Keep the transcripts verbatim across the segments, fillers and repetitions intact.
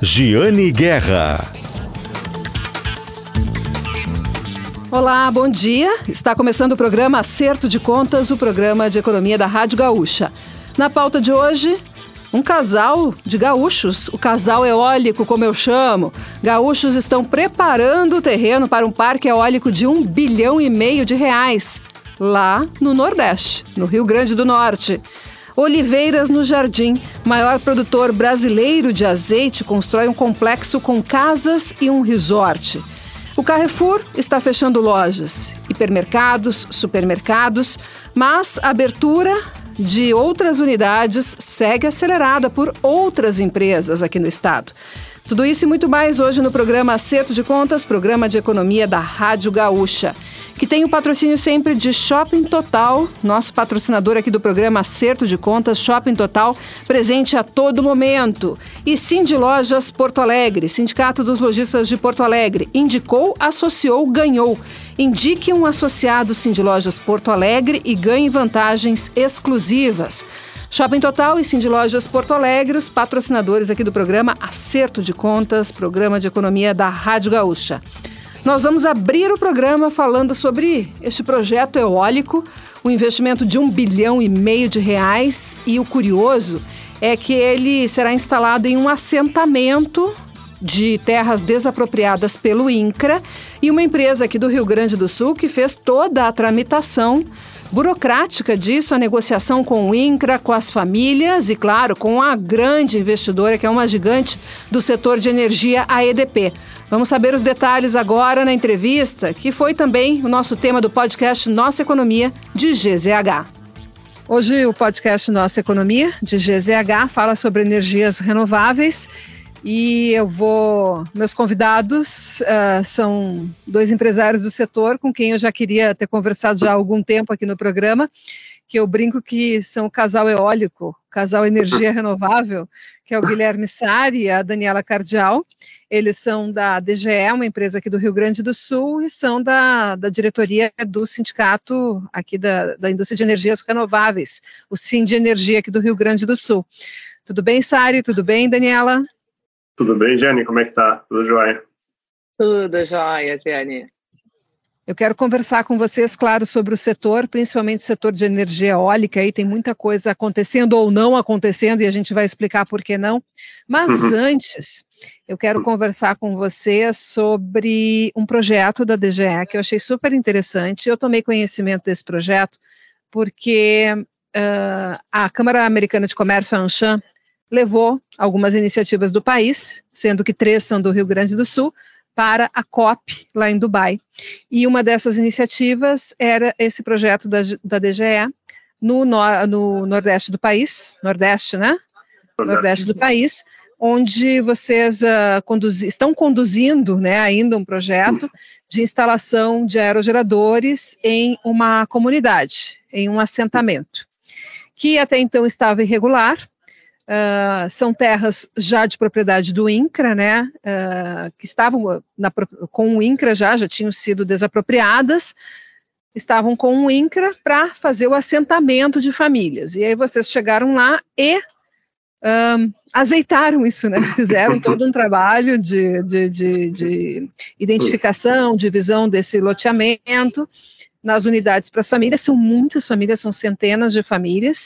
Giane Guerra. Olá, bom dia. Está começando o programa Acerto de Contas, o programa de economia da Rádio Gaúcha. Na pauta de hoje, um casal de gaúchos, o casal eólico, como eu chamo. Gaúchos estão preparando o terreno para um parque eólico de um bilhão e meio de reais, lá no Nordeste, no Rio Grande do Norte. Oliveiras no Jardim, maior produtor brasileiro de azeite, constrói um complexo com casas e um resort. O Carrefour está fechando lojas, hipermercados, supermercados, mas a abertura de outras unidades segue acelerada por outras empresas aqui no estado. Tudo isso e muito mais hoje no programa Acerto de Contas, programa de economia da Rádio Gaúcha, que tem o patrocínio sempre de Shopping Total, nosso patrocinador aqui do programa Acerto de Contas, Shopping Total, presente a todo momento. E Cindy Lojas Porto Alegre, Sindicato dos Lojistas de Porto Alegre, indicou, associou, ganhou. Indique um associado Cindy Lojas Porto Alegre e ganhe vantagens exclusivas. Shopping Total e Cindy Lojas Porto Alegre, os patrocinadores aqui do programa Acerto de Contas, programa de economia da Rádio Gaúcha. Nós vamos abrir o programa falando sobre este projeto eólico, um investimento de um bilhão e meio de reais, e o curioso é que ele será instalado em um assentamento de terras desapropriadas pelo INCRA e uma empresa aqui do Rio Grande do Sul que fez toda a tramitação burocrática disso, a negociação com o INCRA, com as famílias e, claro, com a grande investidora, que é uma gigante do setor de energia, a E D P. Vamos saber os detalhes agora na entrevista, que foi também o nosso tema do podcast Nossa Economia, de G Z H. Hoje o podcast Nossa Economia, de G Z H, fala sobre energias renováveis. E eu vou... Meus convidados uh, são dois empresários do setor com quem eu já queria ter conversado já há algum tempo aqui no programa, que eu brinco que são o casal eólico, o casal energia renovável, que é o Guilherme Sari e a Daniela Cardial. Eles são da D G E, uma empresa aqui do Rio Grande do Sul, e são da, da diretoria do sindicato aqui da, da indústria de energias renováveis, o Sind Energia aqui do Rio Grande do Sul. Tudo bem, Sari? Tudo bem, Daniela? Tudo bem, Giane? Como é que tá? Tudo jóia? Tudo jóia, Giane. Eu quero conversar com vocês, claro, sobre o setor, principalmente o setor de energia eólica. Aí tem muita coisa acontecendo ou não acontecendo e a gente vai explicar por que não. Mas uhum. antes, eu quero conversar com vocês sobre um projeto da D G E que eu achei super interessante. Eu tomei conhecimento desse projeto porque uh, a Câmara Americana de Comércio, a ANCHAM, levou algumas iniciativas do país, sendo que três são do Rio Grande do Sul, para a COP, lá em Dubai. E uma dessas iniciativas era esse projeto da, da D G E no, no, no Nordeste do país, Nordeste, né? Nordeste, Nordeste do país, onde vocês uh, conduz, estão conduzindo, né, ainda um projeto de instalação de aerogeradores em uma comunidade, em um assentamento, que até então estava irregular. Uh, são terras já de propriedade do INCRA, né, uh, que estavam na, com o INCRA já, já tinham sido desapropriadas, estavam com o INCRA para fazer o assentamento de famílias, e aí vocês chegaram lá e uh, azeitaram isso, né, fizeram todo um trabalho de, de, de, de identificação, divisão desse loteamento nas unidades para as famílias. São muitas famílias, são centenas de famílias,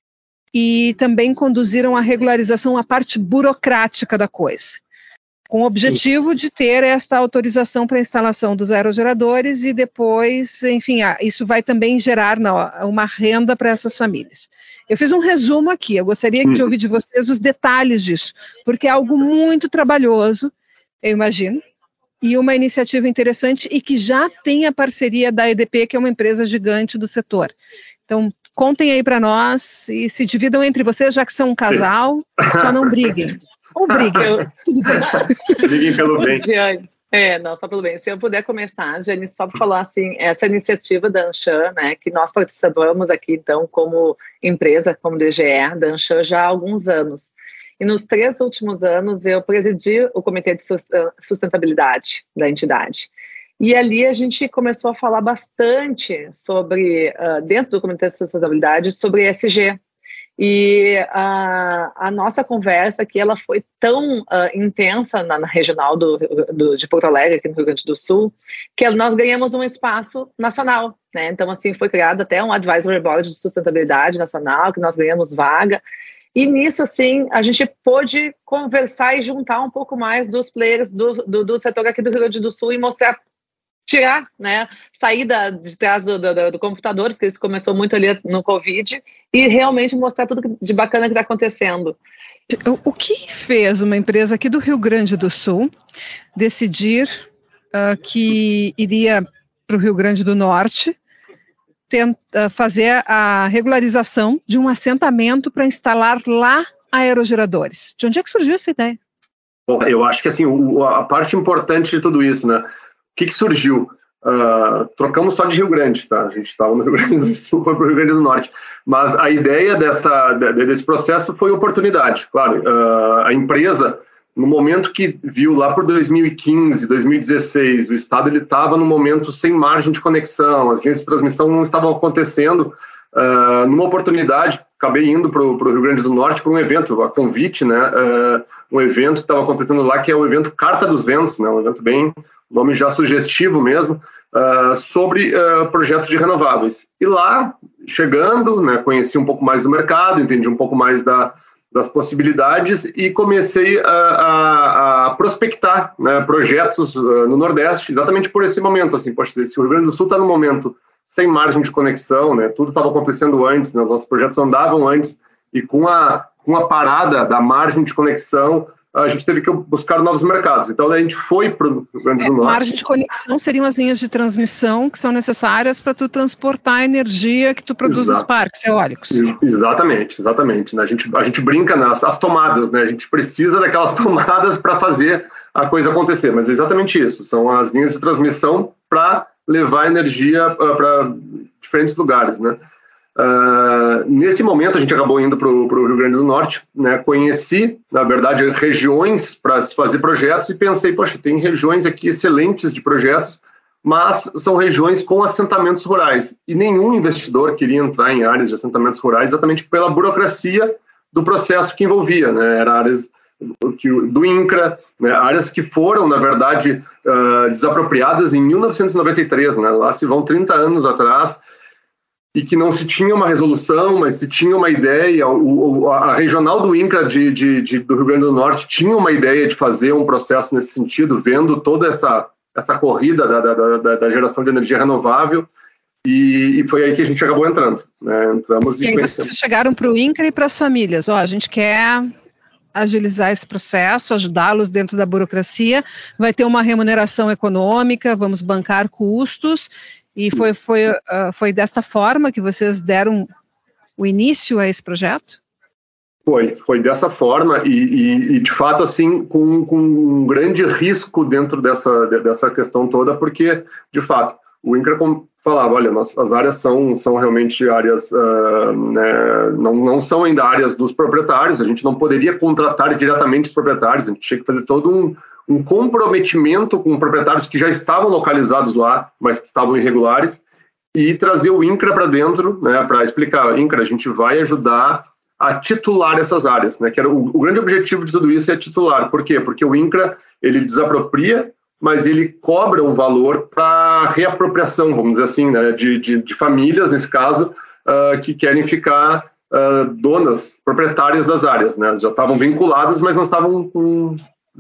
e também conduziram a regularização, a parte burocrática da coisa, com o objetivo de ter esta autorização para a instalação dos aerogeradores e depois, enfim, isso vai também gerar não, uma renda para essas famílias. Eu fiz um resumo aqui, eu gostaria de ouvir de vocês os detalhes disso, porque é algo muito trabalhoso, eu imagino, e uma iniciativa interessante e que já tem a parceria da E D P, que é uma empresa gigante do setor. Então, contem aí para nós e se dividam entre vocês, já que são um casal, só não briguem. Ou briguem, tudo bem. Briguem pelo bem. Giane, é, não, só pelo bem. Se eu puder começar, Giane, só para falar assim, essa iniciativa da ANCHAM, né, que nós participamos aqui, então, como empresa, como D G E, da ANCHAM já há alguns anos. E nos três últimos anos eu presidi o Comitê de Sustentabilidade da entidade. E ali a gente começou a falar bastante sobre, uh, dentro do Comitê de Sustentabilidade, sobre E S G. E a, a nossa conversa aqui, ela foi tão uh, intensa na, na regional do, do, de Porto Alegre, aqui no Rio Grande do Sul, que nós ganhamos um espaço nacional, né? Então, assim, foi criado até um Advisory Board de Sustentabilidade Nacional, que nós ganhamos vaga. E nisso, assim, a gente pôde conversar e juntar um pouco mais dos players do, do, do setor aqui do Rio Grande do Sul e mostrar, tirar, né, sair da, de trás do, do, do computador, porque isso começou muito ali no Covid, e realmente mostrar tudo de bacana que está acontecendo. O, o que fez uma empresa aqui do Rio Grande do Sul decidir uh, que iria para o Rio Grande do Norte tenta fazer a regularização de um assentamento para instalar lá aerogeradores? De onde é que surgiu essa ideia? Bom, eu acho que assim, o, a parte importante de tudo isso, né? O que, que surgiu? Uh, trocamos só de Rio Grande, tá? A gente estava no Rio Grande do Sul, foi para o Rio Grande do Norte. Mas a ideia dessa, desse processo foi oportunidade. Claro, uh, a empresa, no momento que viu lá por dois mil e quinze, dois mil e dezesseis, o Estado estava no momento sem margem de conexão, as linhas de transmissão não estavam acontecendo. Uh, numa oportunidade, acabei indo para o Rio Grande do Norte para um evento, a convite, né? Uh, um evento que estava acontecendo lá, que é o evento Carta dos Ventos, né? Um evento bem, nome já sugestivo mesmo, uh, sobre uh, projetos de renováveis. E lá, chegando, né, conheci um pouco mais do mercado, entendi um pouco mais da, das possibilidades e comecei a, a, a prospectar, né, projetos uh, no Nordeste, exatamente por esse momento. Assim, poxa, se o Rio Grande do Sul está no momento sem margem de conexão, né, tudo estava acontecendo antes, né, os nossos projetos andavam antes, e com a, com a parada da margem de conexão, a gente teve que buscar novos mercados. Então, a gente foi para o Rio Grande do Norte. É, margem de conexão seriam as linhas de transmissão que são necessárias para tu transportar a energia que tu produz Exato. Nos parques eólicos. Exatamente, exatamente. A gente, a gente brinca nas as tomadas, né? A gente precisa daquelas tomadas para fazer a coisa acontecer, mas é exatamente isso. São as linhas de transmissão para levar energia uh, para diferentes lugares, né? Uh, nesse momento a gente acabou indo para o Rio Grande do Norte, né? Conheci, na verdade, regiões para se fazer projetos e pensei, poxa, tem regiões aqui excelentes de projetos, mas são regiões com assentamentos rurais e nenhum investidor queria entrar em áreas de assentamentos rurais exatamente pela burocracia do processo que envolvia, né? Era áreas do INCRA, né? Áreas que foram, na verdade, uh, desapropriadas em mil novecentos e noventa e três, né? Lá se vão trinta anos atrás, e que não se tinha uma resolução, mas se tinha uma ideia. O, a regional do INCRA de, de, de, do Rio Grande do Norte tinha uma ideia de fazer um processo nesse sentido, vendo toda essa, essa corrida da, da, da, da geração de energia renovável, e, e foi aí que a gente acabou entrando. Né? Entramos e, e aí vocês chegaram para o INCRA e para as famílias, ó, a gente quer agilizar esse processo, ajudá-los dentro da burocracia, vai ter uma remuneração econômica, vamos bancar custos. E foi, foi, uh, foi dessa forma que vocês deram o início a esse projeto? Foi, foi dessa forma e, e, e de fato, assim, com, com um grande risco dentro dessa, dessa questão toda, porque, de fato, o INCRA falava, olha, nós, as áreas são, são realmente áreas, uh, né, não, não são ainda áreas dos proprietários, a gente não poderia contratar diretamente os proprietários, a gente tinha que fazer todo um um comprometimento com proprietários que já estavam localizados lá, mas que estavam irregulares, e trazer o INCRA para dentro, né, para explicar, INCRA, a gente vai ajudar a titular essas áreas, né, que era o, o grande objetivo de tudo isso é titular. Por quê? Porque o INCRA, ele desapropria, mas ele cobra um valor para reapropriação, vamos dizer assim, né, de, de, de famílias, nesse caso, uh, que querem ficar uh, donas, proprietárias das áreas, né, já estavam vinculadas, mas não estavam com...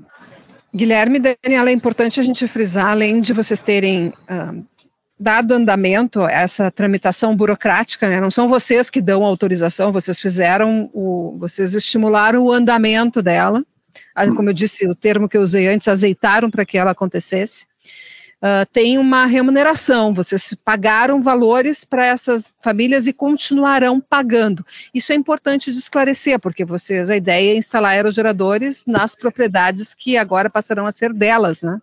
Guilherme e Daniela, é importante a gente frisar, além de vocês terem uh, dado andamento a essa tramitação burocrática, né, não são vocês que dão autorização, vocês fizeram, o, vocês estimularam o andamento dela, uh, como eu disse, o termo que eu usei antes, azeitaram para que ela acontecesse. Uh, tem uma remuneração, vocês pagaram valores para essas famílias e continuarão pagando. Isso é importante de esclarecer, porque vocês, a ideia é instalar aerogeradores nas propriedades que agora passarão a ser delas, né?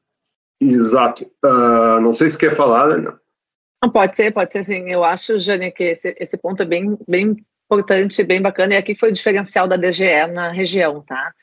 Exato. Uh, não sei se quer falar, né? Não, pode ser, pode ser sim. Eu acho, Jane, que esse, esse ponto é bem, bem importante, bem bacana, e aqui foi o diferencial da D G E na região, tá?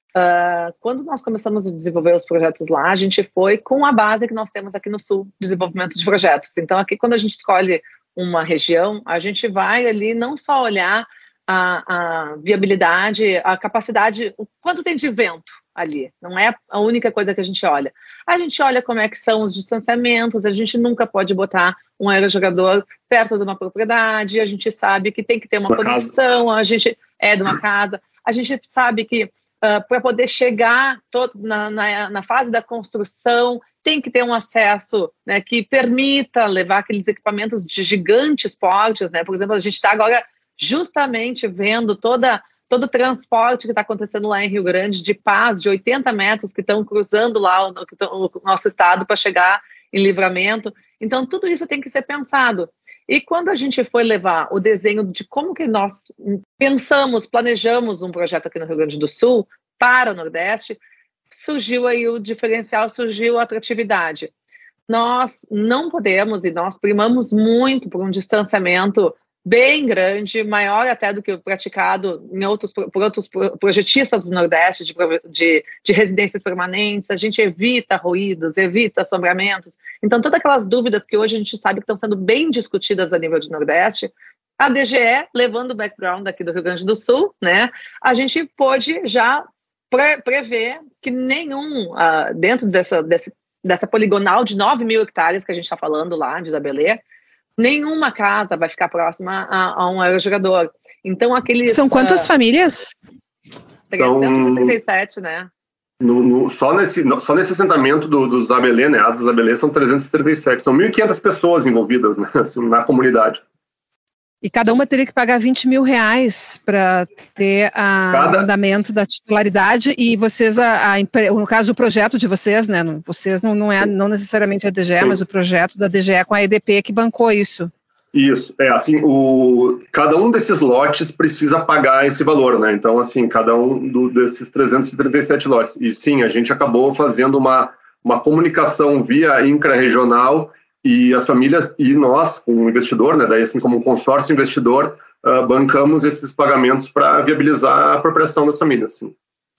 Uh, quando nós começamos a desenvolver os projetos lá, a gente foi com a base que nós temos aqui no Sul, desenvolvimento de projetos. Então, aqui, quando a gente escolhe uma região, a gente vai ali não só olhar a, a viabilidade, a capacidade, o quanto tem de vento ali. Não é a única coisa que a gente olha. A gente olha como é que são os distanciamentos, a gente nunca pode botar um aerogerador perto de uma propriedade, a gente sabe que tem que ter uma, uma conexão, casa. a gente é de uma casa, a gente sabe que uh, para poder chegar todo, na, na, na fase da construção, tem que ter um acesso, né, que permita levar aqueles equipamentos de gigantes portes, né? Por exemplo, a gente está agora justamente vendo toda, todo o transporte que está acontecendo lá em Rio Grande, de pás de oitenta metros que estão cruzando lá o, o, o nosso estado para chegar em Livramento. Então, tudo isso tem que ser pensado. E quando a gente foi levar o desenho de como que nós pensamos, planejamos um projeto aqui no Rio Grande do Sul para o Nordeste, surgiu aí o diferencial, surgiu a atratividade. Nós não podemos, e nós primamos muito por um distanciamento bem grande, maior até do que o praticado em outros, por outros projetistas do Nordeste de, de, de residências permanentes. A gente evita ruídos, evita assombramentos. Então, todas aquelas dúvidas que hoje a gente sabe que estão sendo bem discutidas a nível de Nordeste, a D G E, levando o background aqui do Rio Grande do Sul, né, a gente pôde já pre prever que nenhum, uh, dentro dessa, dessa, dessa poligonal de nove mil hectares que a gente está falando lá, de Isabelê, nenhuma casa vai ficar próxima a, a um aerogerador. Então, aqueles... São quantas uh, famílias? trezentos e trinta e sete, São, né? No, no, só, nesse, no, só nesse assentamento do, do Isabelê, né? As Isabelê são trezentos e trinta e sete. São mil e quinhentas pessoas envolvidas, né, assim, na comunidade. E cada uma teria que pagar vinte mil reais para ter a, cada... o andamento da titularidade, e vocês, a, a, no caso do projeto de vocês, né, vocês não, não é não necessariamente a D G E, Sim. mas o projeto da D G E com a E D P que bancou isso. Isso, é assim, o, cada um desses lotes precisa pagar esse valor, né, então assim, cada um do, desses trezentos e trinta e sete lotes, e sim, a gente acabou fazendo uma, uma comunicação via intra-regional, e as famílias e nós, como um investidor, né, daí assim como um consórcio investidor, uh, bancamos esses pagamentos para viabilizar a apropriação das famílias. Sim.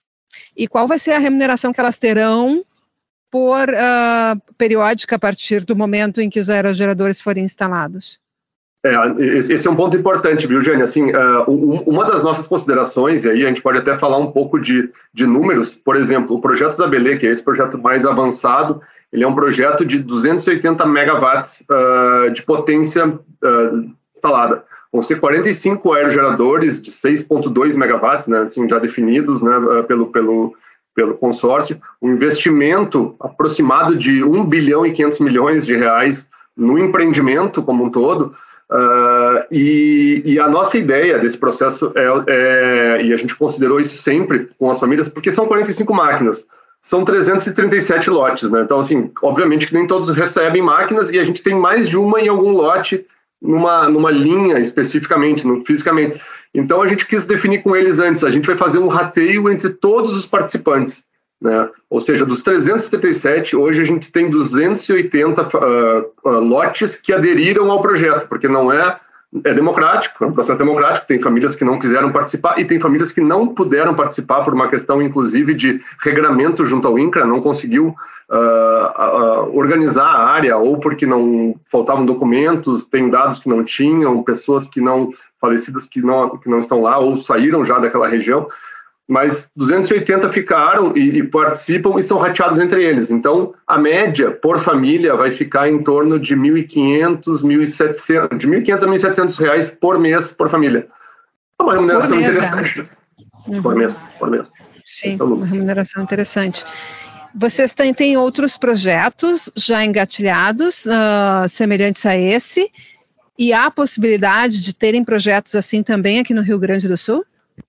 E qual vai ser a remuneração que elas terão por uh, periódica a partir do momento em que os aerogeradores forem instalados? É, esse é um ponto importante, viu, Jane? Assim, uh, um, uma das nossas considerações, e aí a gente pode até falar um pouco de, de números, por exemplo, o projeto Isabelê, que é esse projeto mais avançado, ele é um projeto de duzentos e oitenta megawatts uh, de potência uh, instalada. Vão ser quarenta e cinco aerogeradores de seis vírgula dois megawatts, né, assim, já definidos, né, uh, pelo, pelo, pelo consórcio, um investimento aproximado de um bilhão e quinhentos milhões de reais no empreendimento como um todo. Uh, e, e a nossa ideia desse processo é, é, e a gente considerou isso sempre com as famílias, porque são quarenta e cinco máquinas, são trezentos e trinta e sete lotes, né? Então, assim, obviamente que nem todos recebem máquinas, e a gente tem mais de uma em algum lote, numa, numa linha especificamente, no, fisicamente. Então, a gente quis definir com eles antes, a gente vai fazer um rateio entre todos os participantes, né? Ou seja, dos trezentos e trinta e sete, hoje a gente tem duzentos e oitenta uh, uh, lotes que aderiram ao projeto, porque não é, é democrático, é um processo democrático, tem famílias que não quiseram participar e tem famílias que não puderam participar por uma questão, inclusive, de regramento junto ao INCRA, não conseguiu uh, uh, organizar a área, ou porque não faltavam documentos, tem dados que não tinham, pessoas que não, falecidas que não, que não estão lá, ou saíram já daquela região. Mas duzentos e oitenta ficaram e, e participam e são rateados entre eles. Então, a média por família vai ficar em torno de mil e quinhentos, mil e setecentos, de mil e quinhentos a mil e setecentos reais por mês por família. É uma remuneração mês, interessante. É. Uhum. Por mês, por mês. Sim, é uma remuneração interessante. Vocês têm, têm outros projetos já engatilhados, uh, semelhantes a esse, e há a possibilidade de terem projetos assim também aqui no Rio Grande do Sul?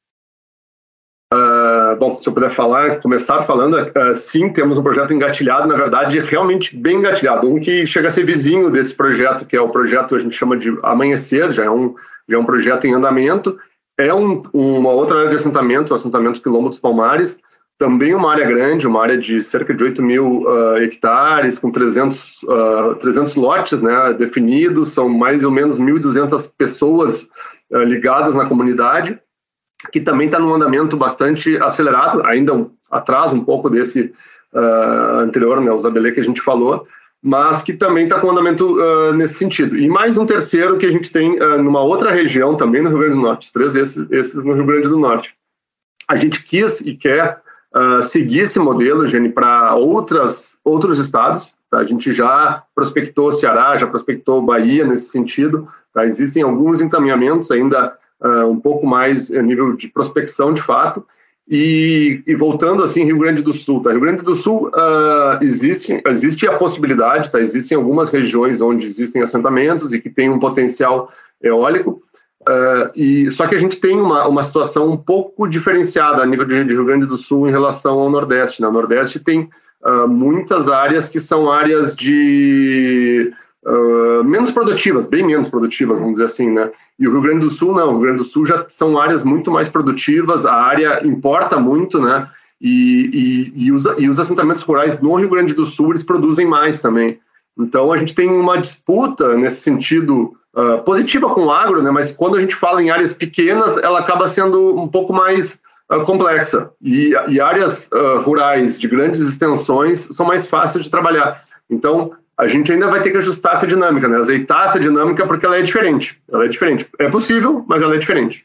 Uh, bom, se eu puder falar, começar falando, uh, sim, temos um projeto engatilhado, na verdade, realmente bem engatilhado, um que chega a ser vizinho desse projeto, que é o projeto, a gente chama de Amanhecer, já é um, já é um projeto em andamento, é um, uma outra área de assentamento, o assentamento Quilombo dos Palmares, também uma área grande, uma área de cerca de oito mil uh, hectares, com trezentos, uh, trezentos lotes, né, definidos, são mais ou menos mil e duzentas pessoas uh, ligadas na comunidade, que também está num andamento bastante acelerado, ainda um, atrás um pouco desse uh, anterior, né, o Isabelê que a gente falou, mas que também está com andamento uh, nesse sentido. E mais um terceiro que a gente tem uh, numa outra região, também no Rio Grande do Norte, três esses, esses no Rio Grande do Norte. A gente quis e quer uh, seguir esse modelo, Jenny, para outros estados. Tá? A gente já prospectou Ceará, já prospectou Bahia nesse sentido. Tá? Existem alguns encaminhamentos ainda uh, um pouco mais a nível de prospecção, de fato. E, e voltando assim, Rio Grande do Sul, tá? Rio Grande do Sul uh, existe, existe a possibilidade, tá? Existem algumas regiões onde existem assentamentos e que tem um potencial eólico, uh, e, só que a gente tem uma, uma situação um pouco diferenciada a nível de, de Rio Grande do Sul em relação ao Nordeste. Né? O Nordeste tem uh, muitas áreas que são áreas de... Uh, menos produtivas, bem menos produtivas, vamos dizer assim, né? E o Rio Grande do Sul não, o Rio Grande do Sul já são áreas muito mais produtivas, a área importa muito, né? E, e, e, os, e os assentamentos rurais no Rio Grande do Sul, eles produzem mais também. Então, a gente tem uma disputa nesse sentido uh, positiva com o agro, né? Mas quando a gente fala em áreas pequenas, ela acaba sendo um pouco mais uh, complexa. E, e áreas uh, rurais de grandes extensões são mais fáceis de trabalhar. Então, a gente ainda vai ter que ajustar essa dinâmica, né? Azeitar essa dinâmica porque ela é diferente. Ela é diferente. É possível, mas ela é diferente.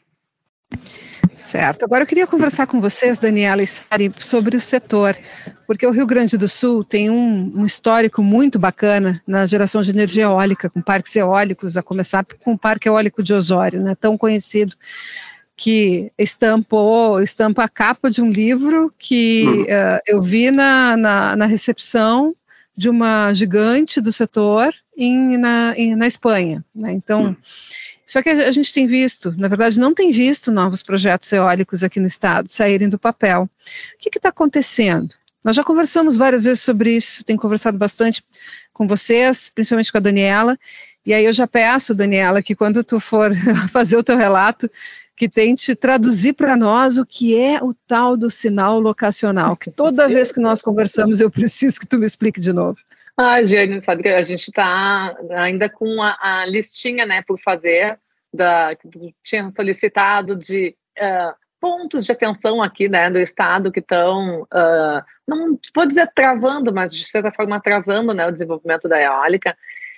Certo. Agora eu queria conversar com vocês, Daniela e Sari, sobre o setor, porque o Rio Grande do Sul tem um, um histórico muito bacana na geração de energia eólica, com parques eólicos, a começar com o Parque Eólico de Osório, né? Tão conhecido, que estampou, estampa a capa de um livro que hum. uh, eu vi na, na, na recepção de uma gigante do setor em, na, em, na Espanha, né? Então, só que a gente tem visto, na verdade não tem visto novos projetos eólicos aqui no estado saírem do papel. O que está acontecendo? Nós já conversamos várias vezes sobre isso, tenho conversado bastante com vocês, principalmente com a Daniela, e aí eu já peço, Daniela, que quando tu for fazer o teu relato, que tente traduzir para nós o que é o tal do sinal locacional, que toda vez que nós conversamos eu preciso que tu me explique de novo. Ah, Jane, sabe que a gente está ainda com a, a listinha, né, por fazer, da, que tu tinha solicitado de uh, pontos de atenção aqui, né, do estado que estão, uh, não vou dizer travando, mas de certa forma atrasando, né, o desenvolvimento da eólica.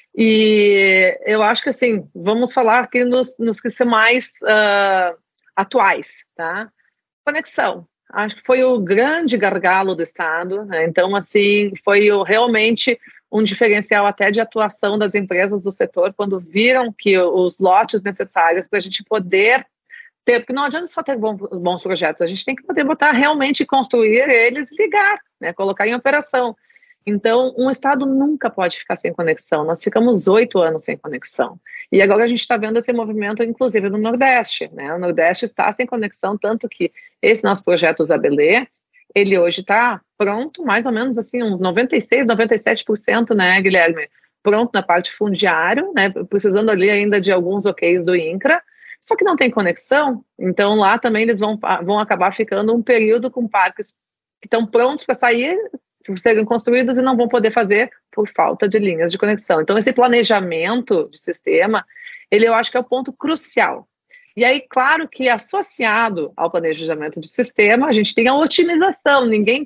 E eu acho que, assim, vamos falar aqui nos, nos que são mais uh, atuais, tá? Conexão. Acho que foi o grande gargalo do estado, né? Então, assim, foi o, realmente um diferencial até de atuação das empresas do setor quando viram que os lotes necessários para a gente poder ter, porque não adianta só ter bons, bons projetos, a gente tem que poder botar realmente, construir eles e ligar, né? Colocar em operação. Então, um estado nunca pode ficar sem conexão. Nós ficamos oito anos sem conexão. E agora a gente está vendo esse movimento, inclusive, no Nordeste, né? O Nordeste está sem conexão, tanto que esse nosso projeto Zabelê, ele hoje está pronto, mais ou menos assim, uns noventa e seis, noventa e sete por cento, né, Guilherme? Pronto na parte fundiário, né? Precisando ali ainda de alguns ok's do INCRA, só que não tem conexão. Então, lá também eles vão, vão acabar ficando um período com parques que estão prontos para sair, serem construídos e não vão poder fazer por falta de linhas de conexão. Então, esse planejamento de sistema, ele eu acho que é o ponto crucial. E aí, claro que associado ao planejamento de sistema, a gente tem a otimização. Ninguém,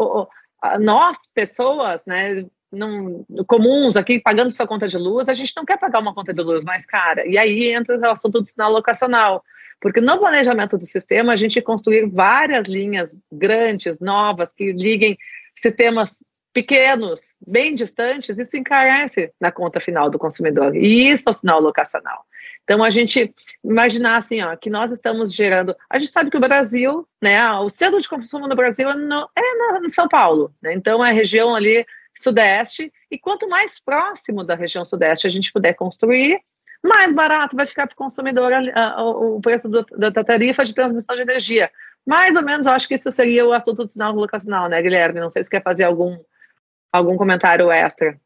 nós, pessoas, né, não, comuns aqui, pagando sua conta de luz, a gente não quer pagar uma conta de luz mais cara. E aí entra o assunto do sinal locacional. Porque no planejamento do sistema, a gente construir várias linhas grandes, novas, que liguem sistemas pequenos, bem distantes, isso encarece na conta final do consumidor. E isso é o sinal locacional. Então, a gente imaginar assim, ó, que nós estamos gerando... A gente sabe que o Brasil, né, o centro de consumo no Brasil é no, é no São Paulo, né? Então, é a região ali sudeste, e quanto mais próximo da região sudeste a gente puder construir, mais barato vai ficar para o consumidor a, a, o preço do, da, da tarifa de transmissão de energia. Mais ou menos, eu acho que isso seria o assunto do sinal locacional, né, Guilherme? Não sei se quer fazer algum, algum comentário extra.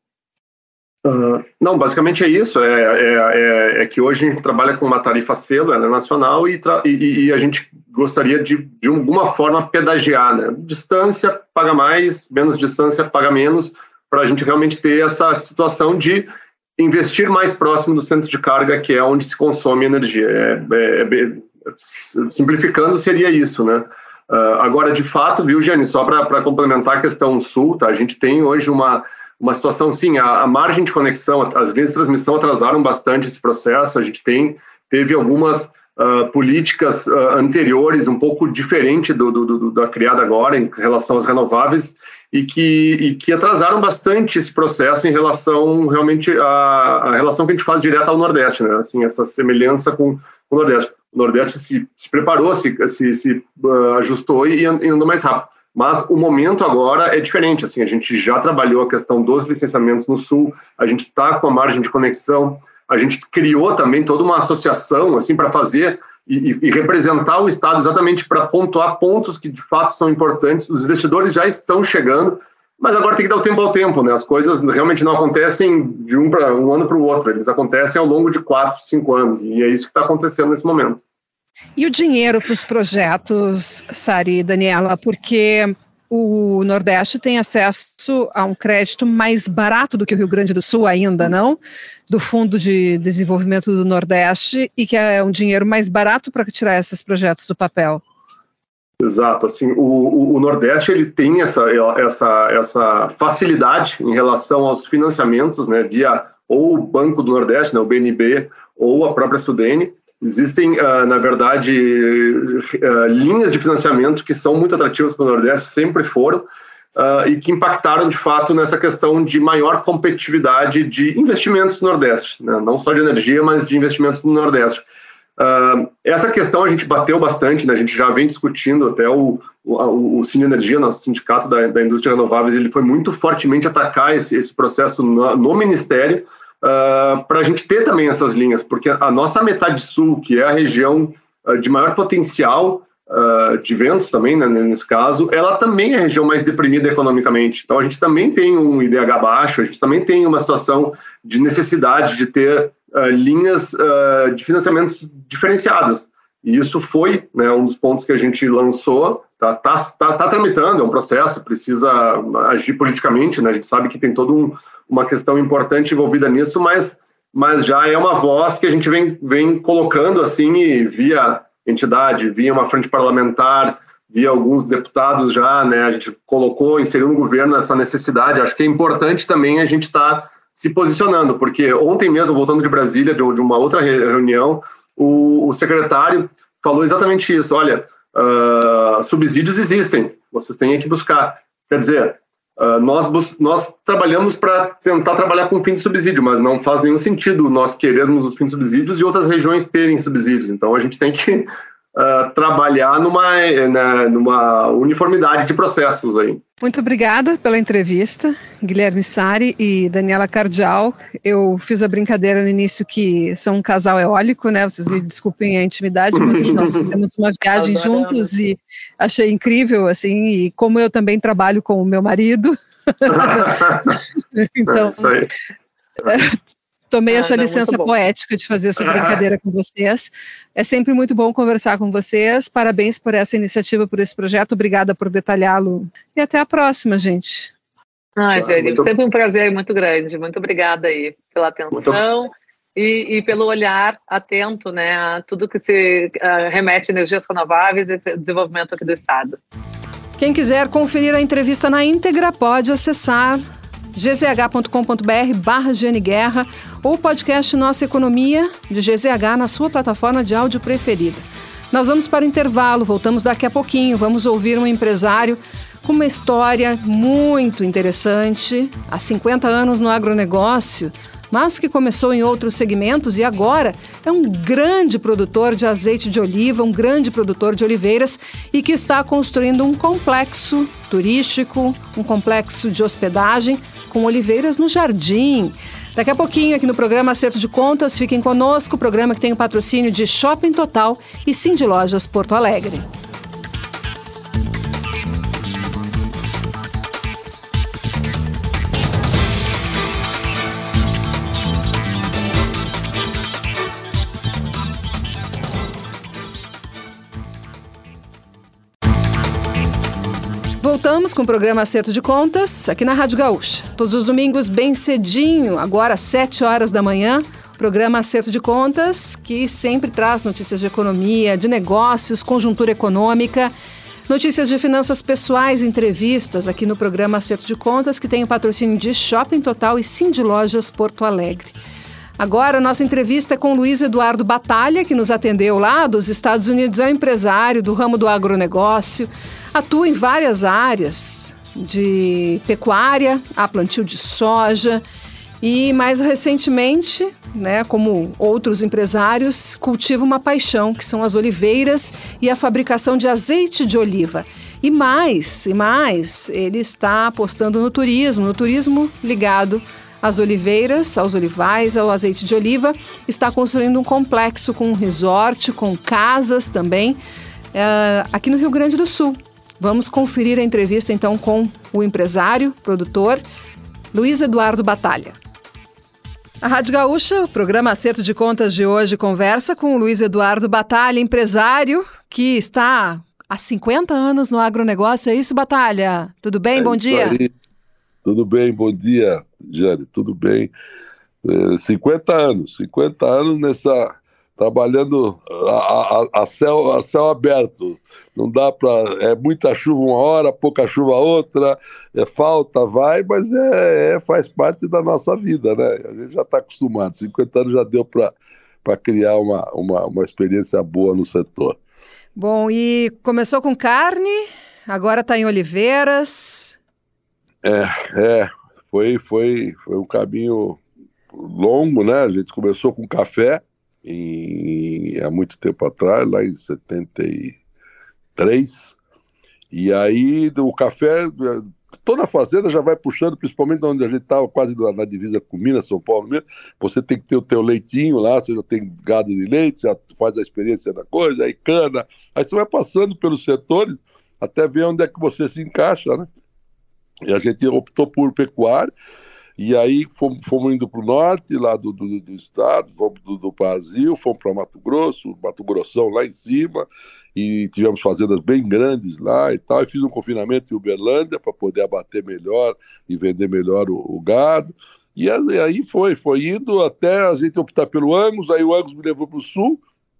Uh, não, basicamente é isso. É, é, é, é que hoje a gente trabalha com uma tarifa selo, ela é nacional, e, e, e a gente gostaria de, de alguma forma, pedagiar, né? Distância paga mais, menos distância paga menos, para a gente realmente ter essa situação de investir mais próximo do centro de carga, que é onde se consome energia. É, é, é, simplificando, seria isso, né? Uh, agora, de fato, viu, Jane, só para complementar a questão sul, tá? A gente tem hoje uma, uma situação, sim, a, a margem de conexão, as linhas de transmissão atrasaram bastante esse processo, a gente tem, teve algumas uh, políticas uh, anteriores, um pouco diferente do, do, do, da criada agora em relação às renováveis, e que, e que atrasaram bastante esse processo em relação, realmente, à, à relação que a gente faz direto ao Nordeste, né, assim, essa semelhança com, com o Nordeste. O Nordeste se, se preparou, se, se, se uh, ajustou e, e andou mais rápido. Mas o momento agora é diferente, assim, a gente já trabalhou a questão dos licenciamentos no Sul, a gente está com a margem de conexão, a gente criou também toda uma associação, assim, para fazer e, e representar o Estado exatamente para pontuar pontos que de fato são importantes. Os investidores já estão chegando, mas agora tem que dar o tempo ao tempo, né? As coisas realmente não acontecem de um, pra, um ano para o outro, eles acontecem ao longo de quatro, cinco anos, e é isso que está acontecendo nesse momento. E o dinheiro para os projetos, Sari e Daniela, porque o Nordeste tem acesso a um crédito mais barato do que o Rio Grande do Sul ainda, não? Do Fundo de Desenvolvimento do Nordeste, e que é um dinheiro mais barato para tirar esses projetos do papel. Exato, assim, o, o, o Nordeste ele tem essa, essa, essa facilidade em relação aos financiamentos, né, via ou o Banco do Nordeste, né, o B N B, ou a própria Sudene. Existem, uh, na verdade, uh, linhas de financiamento que são muito atrativas para o Nordeste, sempre foram, uh, e que impactaram, de fato, nessa questão de maior competitividade de investimentos no Nordeste, né? Não só de energia, mas de investimentos no Nordeste. Uh, essa questão a gente bateu bastante, né? A gente já vem discutindo, até o, o, o Sinergia, nosso sindicato da, da indústria renováveis, ele foi muito fortemente atacar esse, esse processo no, no Ministério, Uh, para a gente ter também essas linhas, porque a nossa metade sul, que é a região uh, de maior potencial uh, de ventos também, né, nesse caso, ela também é a região mais deprimida economicamente. Então a gente também tem um I D H baixo, a gente também tem uma situação de necessidade de ter uh, linhas uh, de financiamentos diferenciadas. E isso foi, né, um dos pontos que a gente lançou, está tá, tá, tá tramitando, é um processo, precisa agir politicamente, né, a gente sabe que tem todo um uma questão importante envolvida nisso, mas, mas já é uma voz que a gente vem, vem colocando assim, e via entidade, via uma frente parlamentar, via alguns deputados já, né, a gente colocou, inseriu no governo essa necessidade. Acho que é importante também a gente estar tá se posicionando, porque ontem mesmo, voltando de Brasília, de, de uma outra reunião, o, o secretário falou exatamente isso, olha, uh, subsídios existem, vocês têm que buscar, quer dizer, Uh, nós, nós trabalhamos para tentar trabalhar com fim de subsídio, mas não faz nenhum sentido nós querermos os fins de subsídios e outras regiões terem subsídios. Então, a gente tem que uh, trabalhar numa, né, numa uniformidade de processos aí. Muito obrigada pela entrevista, Guilherme Sari e Daniela Cardial. Eu fiz a brincadeira no início que são um casal eólico, né? Vocês me desculpem a intimidade, mas nós fizemos uma viagem juntos e achei incrível, assim, e como eu também trabalho com o meu marido, então, é isso aí. Tomei ah, essa não, licença poética de fazer essa brincadeira com vocês. É sempre muito bom conversar com vocês. Parabéns por essa iniciativa, por esse projeto. Obrigada por detalhá-lo. E até a próxima, gente. Ah, Jane, muito... sempre um prazer muito grande. Muito obrigada aí pela atenção muito... e, e pelo olhar atento, né, a tudo que se uh, remete a energias renováveis e desenvolvimento aqui do Estado. Quem quiser conferir a entrevista na íntegra pode acessar g z h ponto com ponto b r barra Jane Guerra ou o podcast Nossa Economia de G Z H na sua plataforma de áudio preferida. Nós vamos para o intervalo, voltamos daqui a pouquinho, vamos ouvir um empresário com uma história muito interessante, há cinquenta anos no agronegócio, mas que começou em outros segmentos e agora é um grande produtor de azeite de oliva, um grande produtor de oliveiras e que está construindo um complexo turístico, um complexo de hospedagem com oliveiras no jardim. Daqui a pouquinho aqui no programa Acerto de Contas, fiquem conosco, o programa que tem o patrocínio de Shopping Total e Cindy Lojas Porto Alegre. Voltamos com o programa Acerto de Contas, aqui na Rádio Gaúcha. Todos os domingos, bem cedinho, agora às sete horas da manhã, programa Acerto de Contas, que sempre traz notícias de economia, de negócios, conjuntura econômica. Notícias de finanças pessoais, entrevistas aqui no programa Acerto de Contas, que tem o patrocínio de Shopping Total e Cindy Lojas Porto Alegre. Agora, nossa entrevista é com Luiz Eduardo Batalha, que nos atendeu lá dos Estados Unidos. É um empresário do ramo do agronegócio, atua em várias áreas, de pecuária a plantio de soja e, mais recentemente, né, como outros empresários, cultiva uma paixão, que são as oliveiras e a fabricação de azeite de oliva. E mais, e mais, ele está apostando no turismo, no turismo ligado às oliveiras, aos olivais, ao azeite de oliva. Está construindo um complexo com um resort, com casas também, é, aqui no Rio Grande do Sul. Vamos conferir a entrevista, então, com o empresário, produtor, Luiz Eduardo Batalha. A Rádio Gaúcha, o programa Acerto de Contas de hoje, conversa com o Luiz Eduardo Batalha, empresário que está há cinquenta anos no agronegócio. É isso, Batalha? Tudo bem? É bom dia. Aí. Tudo bem, bom dia, Jane, tudo bem. É, cinquenta anos, cinquenta anos nessa... trabalhando a, a, a, céu, a céu aberto, não dá para... é muita chuva uma hora, pouca chuva outra, é falta, vai, mas é, é, faz parte da nossa vida, né? A gente já está acostumado, cinquenta anos já deu para criar uma, uma, uma experiência boa no setor. Bom, e começou com carne, agora está em oliveiras. É, é foi, foi, foi um caminho longo, né? A gente começou com café, Em, há muito tempo atrás, lá em setenta e três, e aí o café, toda a fazenda já vai puxando, principalmente onde a gente estava quase na divisa com Minas, São Paulo, Minas, você tem que ter o teu leitinho lá, você já tem gado de leite, já faz a experiência da coisa, aí cana, aí você vai passando pelos setores até ver onde é que você se encaixa, né? E a gente optou por pecuária. E aí fomos, fomos indo para o norte, lá do, do, do estado, fomos do, do Brasil, fomos para Mato Grosso, Mato Grossão lá em cima, e tivemos fazendas bem grandes lá e tal, e fiz um confinamento em Uberlândia para poder abater melhor e vender melhor o, o gado. E aí foi, foi indo até a gente optar pelo Angus, aí o Angus me levou para o sul,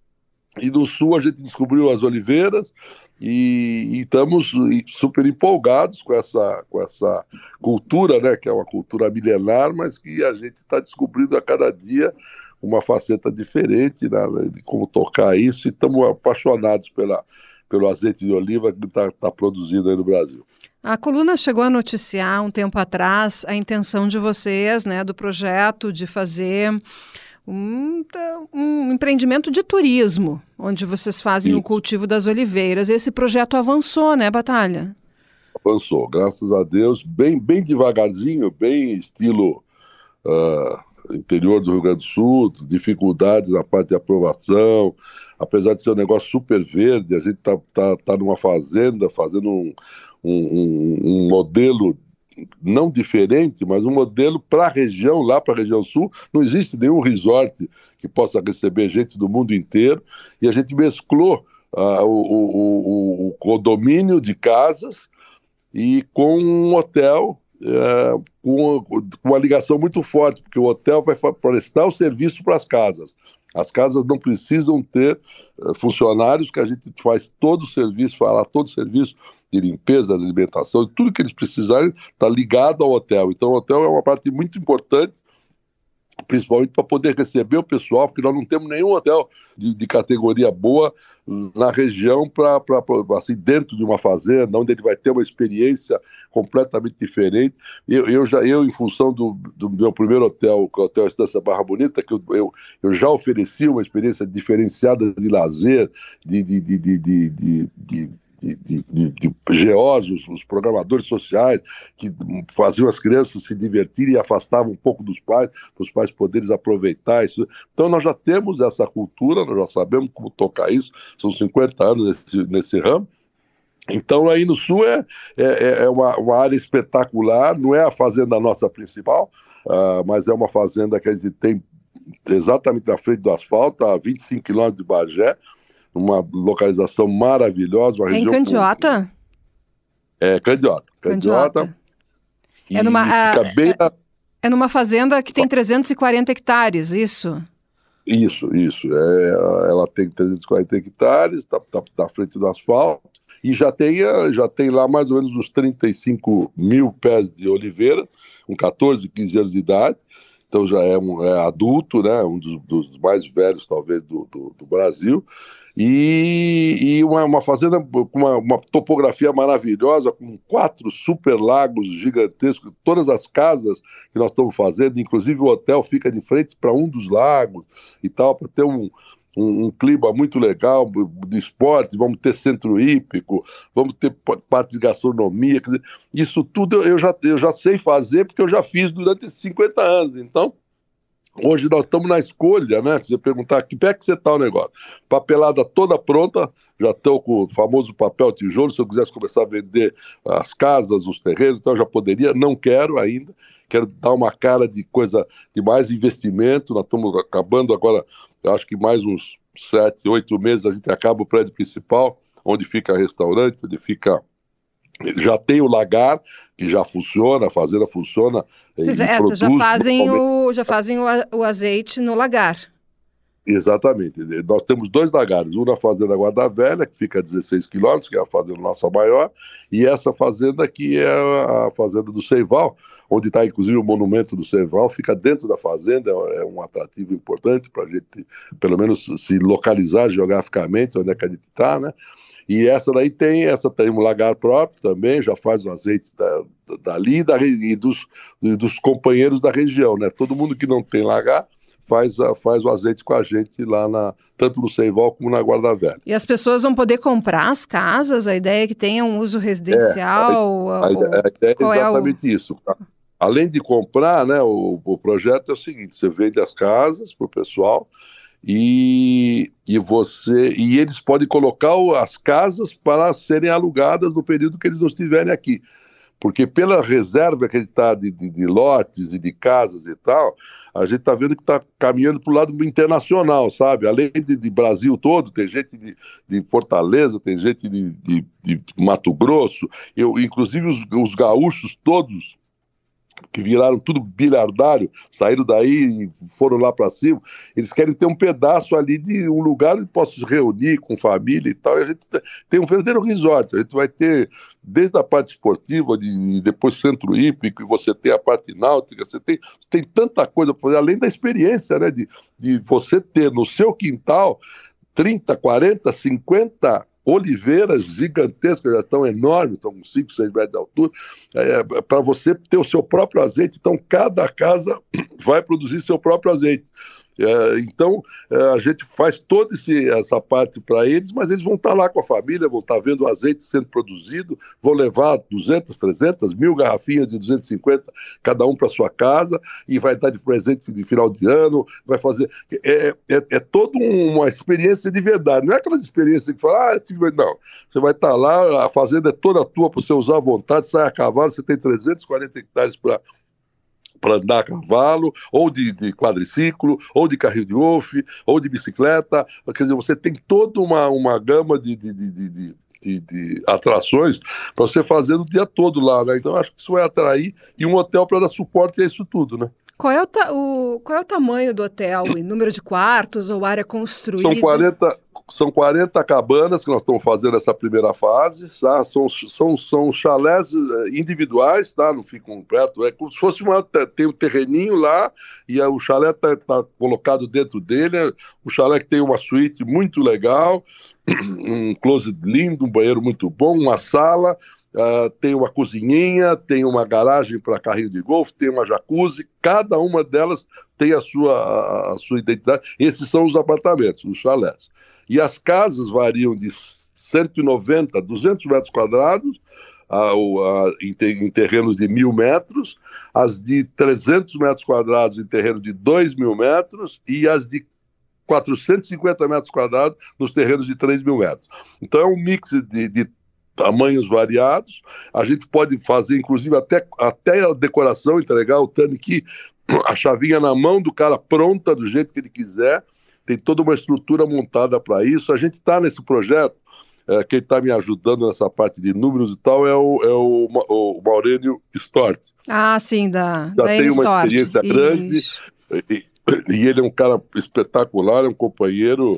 e no sul a gente descobriu as oliveiras e, e estamos super empolgados com essa, com essa cultura, né, que é uma cultura milenar, mas que a gente está descobrindo a cada dia uma faceta diferente, né, de como tocar isso, e estamos apaixonados pela, pelo azeite de oliva que está tá produzindo aí no Brasil. A coluna chegou a noticiar um tempo atrás a intenção de vocês, né, do projeto de fazer... Um, um empreendimento de turismo, onde vocês fazem Isso. o cultivo das oliveiras. Esse projeto avançou, né, Batalha? Avançou, graças a Deus, bem, bem devagarzinho, bem estilo uh, interior do Rio Grande do Sul, dificuldades na parte de aprovação, apesar de ser um negócio super verde, a gente está tá, tá numa fazenda fazendo um, um, um modelo não diferente, mas um modelo para a região, lá para a região sul. Não existe nenhum resort que possa receber gente do mundo inteiro, e a gente mesclou uh, o, o, o condomínio de casas e com um hotel uh, com, com uma ligação muito forte, porque o hotel vai prestar o serviço para as casas. As casas não precisam ter uh, funcionários, que a gente faz todo o serviço, fará todo o serviço de limpeza, de alimentação, tudo que eles precisarem está ligado ao hotel. Então o hotel é uma parte muito importante, principalmente para poder receber o pessoal, porque nós não temos nenhum hotel de, de categoria boa na região, pra, pra, assim, dentro de uma fazenda, onde ele vai ter uma experiência completamente diferente. Eu, eu, já, eu em função do, do meu primeiro hotel, o Hotel Estância Barra Bonita, que eu, eu, eu já ofereci uma experiência diferenciada de lazer, de, de, de, de, de, de, de De, de, de, de G Os, os, os programadores sociais, que faziam as crianças se divertirem e afastavam um pouco dos pais, para os pais poderem aproveitar isso. Então nós já temos essa cultura, nós já sabemos como tocar isso, são cinquenta anos nesse, nesse ramo. Então aí no sul é, é, é uma, uma área espetacular, não é a fazenda nossa principal, uh, mas é uma fazenda que a gente tem exatamente na frente do asfalto, a vinte e cinco quilômetros de Bagé, uma localização maravilhosa. Uma é região em Candiota? Com... É, Candiota. Candiota. Candiota. É, numa, fica a, bem na... é numa fazenda que tem trezentos e quarenta hectares, isso? Isso, isso. É, ela tem trezentos e quarenta hectares, está tá, tá à frente do asfalto, e já tem, já tem lá mais ou menos uns trinta e cinco mil pés de oliveira, com catorze, quinze anos de idade, então já é, um, é adulto, né, um dos, dos mais velhos talvez do, do, do Brasil, e, e uma, uma fazenda com uma, uma topografia maravilhosa, com quatro super lagos gigantescos, todas as casas que nós estamos fazendo, inclusive o hotel fica de frente para um dos lagos e tal, para ter um, um, um clima muito legal de esporte, vamos ter centro hípico, vamos ter parte de gastronomia, quer dizer, isso tudo eu já, eu já sei fazer porque eu já fiz durante esses cinquenta anos, então hoje nós estamos na escolha, né? Se você perguntar que pé que você está o negócio, papelada toda pronta, já estou com o famoso papel tijolo, se eu quisesse começar a vender as casas, os terrenos, então eu já poderia, não quero ainda, quero dar uma cara de coisa, de mais investimento, nós estamos acabando agora, eu acho que mais uns sete, oito meses a gente acaba o prédio principal, onde fica restaurante, onde fica... Já tem o lagar, que já funciona, a fazenda funciona. Vocês é, já fazem, o, já fazem o, o azeite no lagar. Exatamente. Nós temos dois lagares, um na fazenda Guarda Velha, que fica a dezesseis quilômetros, que é a fazenda nossa maior, e essa fazenda que é a fazenda do Ceival, onde está inclusive o monumento do Ceival, fica dentro da fazenda, é um atrativo importante para a gente, pelo menos, se localizar geograficamente onde é que a gente está, né? E essa daí tem, essa tem um lagar próprio também, já faz o azeite da, dali da, e dos, dos companheiros da região, né? Todo mundo que não tem lagar faz, faz o azeite com a gente lá, na, tanto no Ceival como na Guarda Velha. E as pessoas vão poder comprar as casas? A ideia é que tenha um uso residencial? É, a, a, ou, a ideia é exatamente é o... isso. Além de comprar, né, o, o projeto é o seguinte, você vende as casas para o pessoal, E, e você e eles podem colocar as casas para serem alugadas no período que eles não estiverem aqui, porque pela reserva que a gente está de, de, de lotes e de casas e tal, a gente está vendo que está caminhando para o lado internacional, sabe? Além de, de Brasil todo, tem gente de, de Fortaleza, tem gente de, de, de Mato Grosso, eu, inclusive os, os gaúchos todos, que viraram tudo bilhardário, saíram daí e foram lá para cima, eles querem ter um pedaço ali de um lugar onde possa se reunir com família e tal, e a gente tem um verdadeiro resort, a gente vai ter desde a parte esportiva, de, depois centro hípico, e você tem a parte náutica, você tem, você tem tanta coisa para fazer, além da experiência, né, de, de você ter no seu quintal trinta, quarenta, cinquenta oliveiras gigantescas, já estão enormes, estão com cinco, seis metros de altura, é, para você ter o seu próprio azeite. Então, cada casa vai produzir seu próprio azeite. É, então, é, a gente faz toda esse, essa parte para eles, mas eles vão estar lá com a família, vão estar vendo o azeite sendo produzido, vão levar duzentas, trezentas, mil garrafinhas de duzentos e cinquenta, cada um para sua casa, e vai dar de presente de final de ano, vai fazer... É, é, é toda uma experiência de verdade, não é aquelas experiências que fala, ah, não, você vai estar lá, a fazenda é toda tua para você usar à vontade, sai a cavalo, você tem trezentos e quarenta hectares para... para andar a cavalo, ou de, de quadriciclo, ou de carrinho de golfe, ou de bicicleta, quer dizer, você tem toda uma, uma gama de, de, de, de, de, de atrações para você fazer o dia todo lá, né? Então acho que isso vai atrair, e um hotel para dar suporte a isso tudo, né? Qual é o, ta- o, qual é o tamanho do hotel? O número de quartos ou área construída? São quarenta, são quarenta cabanas que nós estamos fazendo essa primeira fase, tá? São, são, são chalés individuais, tá? Não ficam perto, é como se fosse uma... Tem um terreninho lá e o chalé está tá colocado dentro dele, o chalé que tem uma suíte muito legal, um closet lindo, um banheiro muito bom, uma sala... Uh, tem uma cozinhinha, tem uma garagem para carrinho de golfe, tem uma jacuzzi, cada uma delas tem a sua, a, a sua identidade. Esses são os apartamentos, os chalés. E as casas variam de cento e noventa, duzentos metros quadrados, a, a, em, te, em terrenos de mil metros, as de trezentos metros quadrados em terrenos de dois mil metros e as de quatrocentos e cinquenta metros quadrados nos terrenos de três mil metros. Então é um mix de, de tamanhos variados, a gente pode fazer inclusive até, até a decoração, entregar o tanque, a chavinha na mão do cara pronta do jeito que ele quiser, tem toda uma estrutura montada para isso. A gente está nesse projeto, é, quem está me ajudando nessa parte de números e tal é o, é o, o Maurênio Stort. Ah, sim, da Já da tem uma Stort. experiência grande, e, e ele é um cara espetacular, é um companheiro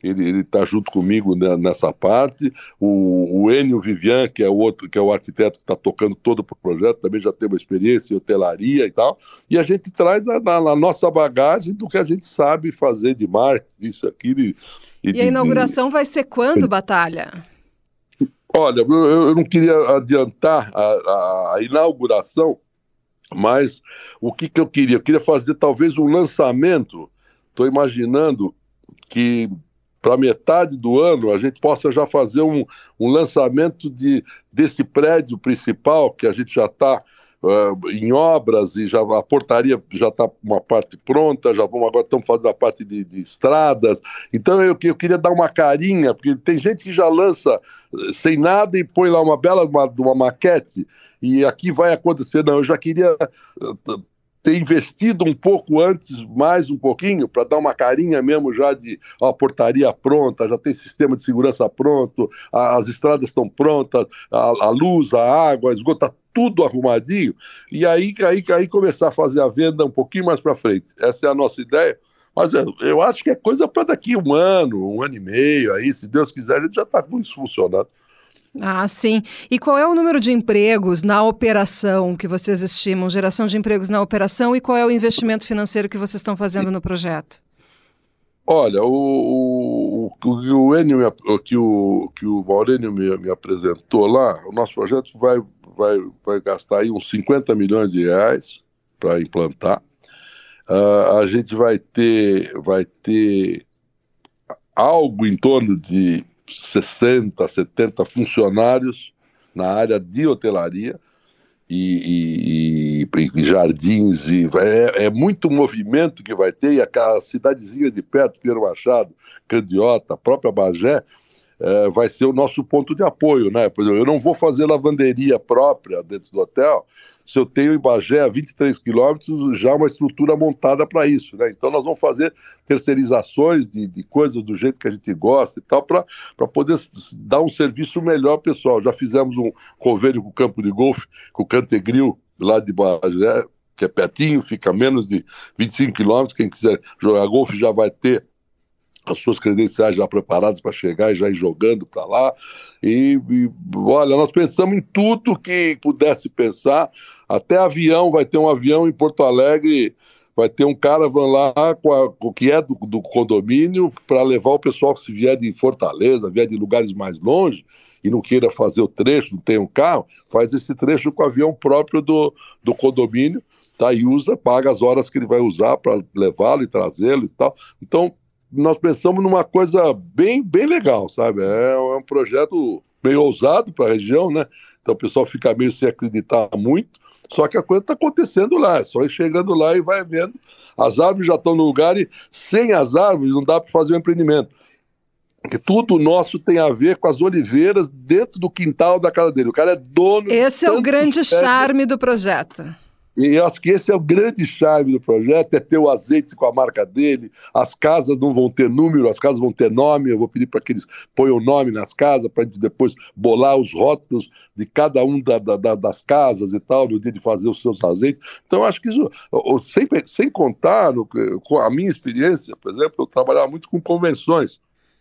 ele está junto comigo nessa parte, o, o Enio Vivian, que é o outro, que é o arquiteto que está tocando todo o projeto, também já tem uma experiência em hotelaria e tal, e a gente traz a, a, a nossa bagagem do que a gente sabe fazer de marketing, isso, aquilo. E, e, e a inauguração de... vai ser quando, Batalha? Olha, eu, eu não queria adiantar a, a, a inauguração, mas o que, que eu queria? Eu queria fazer talvez um lançamento, estou imaginando que para metade do ano a gente possa já fazer um, um lançamento de, desse prédio principal, que a gente já está uh, em obras e já, a portaria já está uma parte pronta, já vamos agora estamos fazendo a parte de, de estradas. Então eu, eu queria dar uma carinha, porque tem gente que já lança sem nada e põe lá uma bela uma, uma maquete, e aqui vai acontecer. Não, eu já queria Uh, ter investido um pouco antes, mais um pouquinho, para dar uma carinha mesmo já de ó, a portaria pronta, já tem sistema de segurança pronto, a, as estradas estão prontas, a, a luz, a água, a esgoto, está tudo arrumadinho, e aí, aí, aí começar a fazer a venda um pouquinho mais para frente. Essa é a nossa ideia, mas eu, eu acho que é coisa para daqui um ano, um ano e meio, aí, se Deus quiser, a gente já está com isso funcionando. Ah, sim. E qual é o número de empregos na operação que vocês estimam, geração de empregos na operação, e qual é o investimento financeiro que vocês estão fazendo no projeto? Olha, o, o, o, o, Enio, que o, que o Maurênio me, me apresentou lá, o nosso projeto vai, vai, vai gastar aí uns cinquenta milhões de reais para implantar. Uh, a gente vai ter, vai ter algo em torno de sessenta, setenta funcionários na área de hotelaria e, e, e jardins, e é, é muito movimento que vai ter, e aquelas cidadezinhas de perto, Pinheiro Machado, Candiota, a própria Bagé, é, vai ser o nosso ponto de apoio, né? Por exemplo, eu não vou fazer lavanderia própria dentro do hotel se eu tenho em Bagé, a vinte e três quilômetros, já uma estrutura montada para isso, né? Então nós vamos fazer terceirizações de, de coisas do jeito que a gente gosta e tal, para poder dar um serviço melhor, pessoal. Já fizemos um convênio com o campo de golfe, com o Cantegril, lá de Bagé, que é pertinho, fica a menos de vinte e cinco quilômetros. Quem quiser jogar golfe já vai ter as suas credenciais já preparadas para chegar e já ir jogando para lá. E, e, olha, nós pensamos em tudo que pudesse pensar, até avião, vai ter um avião em Porto Alegre, vai ter um caravan lá com a, com, que é do, do condomínio, para levar o pessoal que se vier de Fortaleza, vier de lugares mais longe, e não queira fazer o trecho, não tem um carro, faz esse trecho com o avião próprio do, do condomínio, tá? E usa, paga as horas que ele vai usar para levá-lo e trazê-lo e tal. Então, nós pensamos numa coisa bem, bem legal, sabe? É um projeto meio ousado para a região, né? Então o pessoal fica meio sem acreditar muito, só que a coisa está acontecendo lá, é só ir chegando lá e vai vendo. As árvores já estão no lugar e sem as árvores não dá para fazer um empreendimento. Porque tudo nosso tem a ver com as oliveiras dentro do quintal da casa dele. O cara é dono... Esse é o grande charme do projeto. E eu acho que esse é o grande charme do projeto, é ter o azeite com a marca dele. As casas não vão ter número, as casas vão ter nome. Eu vou pedir para que eles ponham o nome nas casas, para a gente depois bolar os rótulos de cada um da, da, das casas e tal, no dia de fazer os seus azeites. Então, eu acho que isso, sem, sem contar no, com a minha experiência, por exemplo, eu trabalhava muito com convenções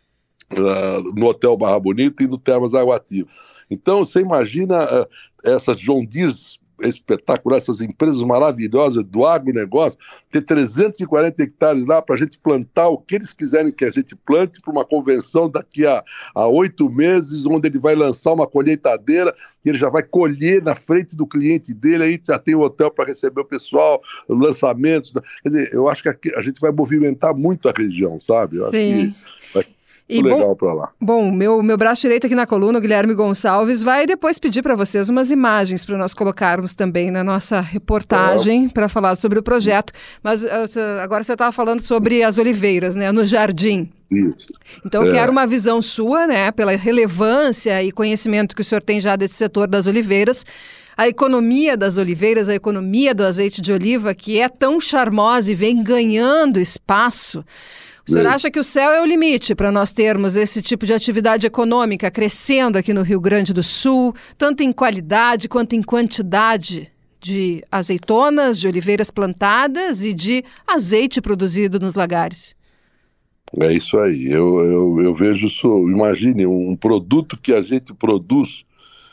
uh, no Hotel Barra Bonita e no Termas Aguativa. Então, você imagina uh, essas John Deere's espetacular, essas empresas maravilhosas do agronegócio, ter trezentos e quarenta hectares lá para a gente plantar o que eles quiserem que a gente plante, para uma convenção daqui a oito meses, onde ele vai lançar uma colheitadeira e ele já vai colher na frente do cliente dele, aí já tem o hotel para receber o pessoal, lançamentos. Quer dizer, eu acho que aqui a gente vai movimentar muito a região, sabe? Eu Sim. Acho que vai... E legal para lá. Bom, meu, meu braço direito aqui na coluna, o Guilherme Gonçalves, vai depois pedir para vocês umas imagens para nós colocarmos também na nossa reportagem para falar sobre o projeto. Mas agora você estava falando sobre as oliveiras, né, no jardim. Isso. Então, eu é. quero uma visão sua, né, pela relevância e conhecimento que o senhor tem já desse setor das oliveiras. A economia das oliveiras, a economia do azeite de oliva, que é tão charmosa e vem ganhando espaço. O senhor acha que o céu é o limite para nós termos esse tipo de atividade econômica crescendo aqui no Rio Grande do Sul, tanto em qualidade quanto em quantidade de azeitonas, de oliveiras plantadas e de azeite produzido nos lagares? É isso aí, eu, eu, eu vejo isso, imagine um produto que a gente produz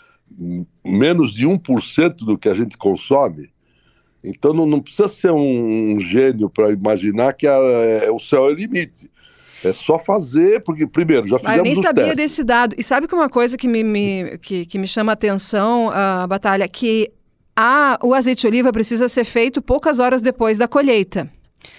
menos de um por cento do que a gente consome, então não, não precisa ser um, um gênio para imaginar que a, é, o céu é o limite. É só fazer, porque primeiro, já fizemos os testes. Eu nem sabia desse dado. E sabe que uma coisa que me, me, que, que me chama a atenção, a uh, Batalha, que a, o azeite de oliva precisa ser feito poucas horas depois da colheita.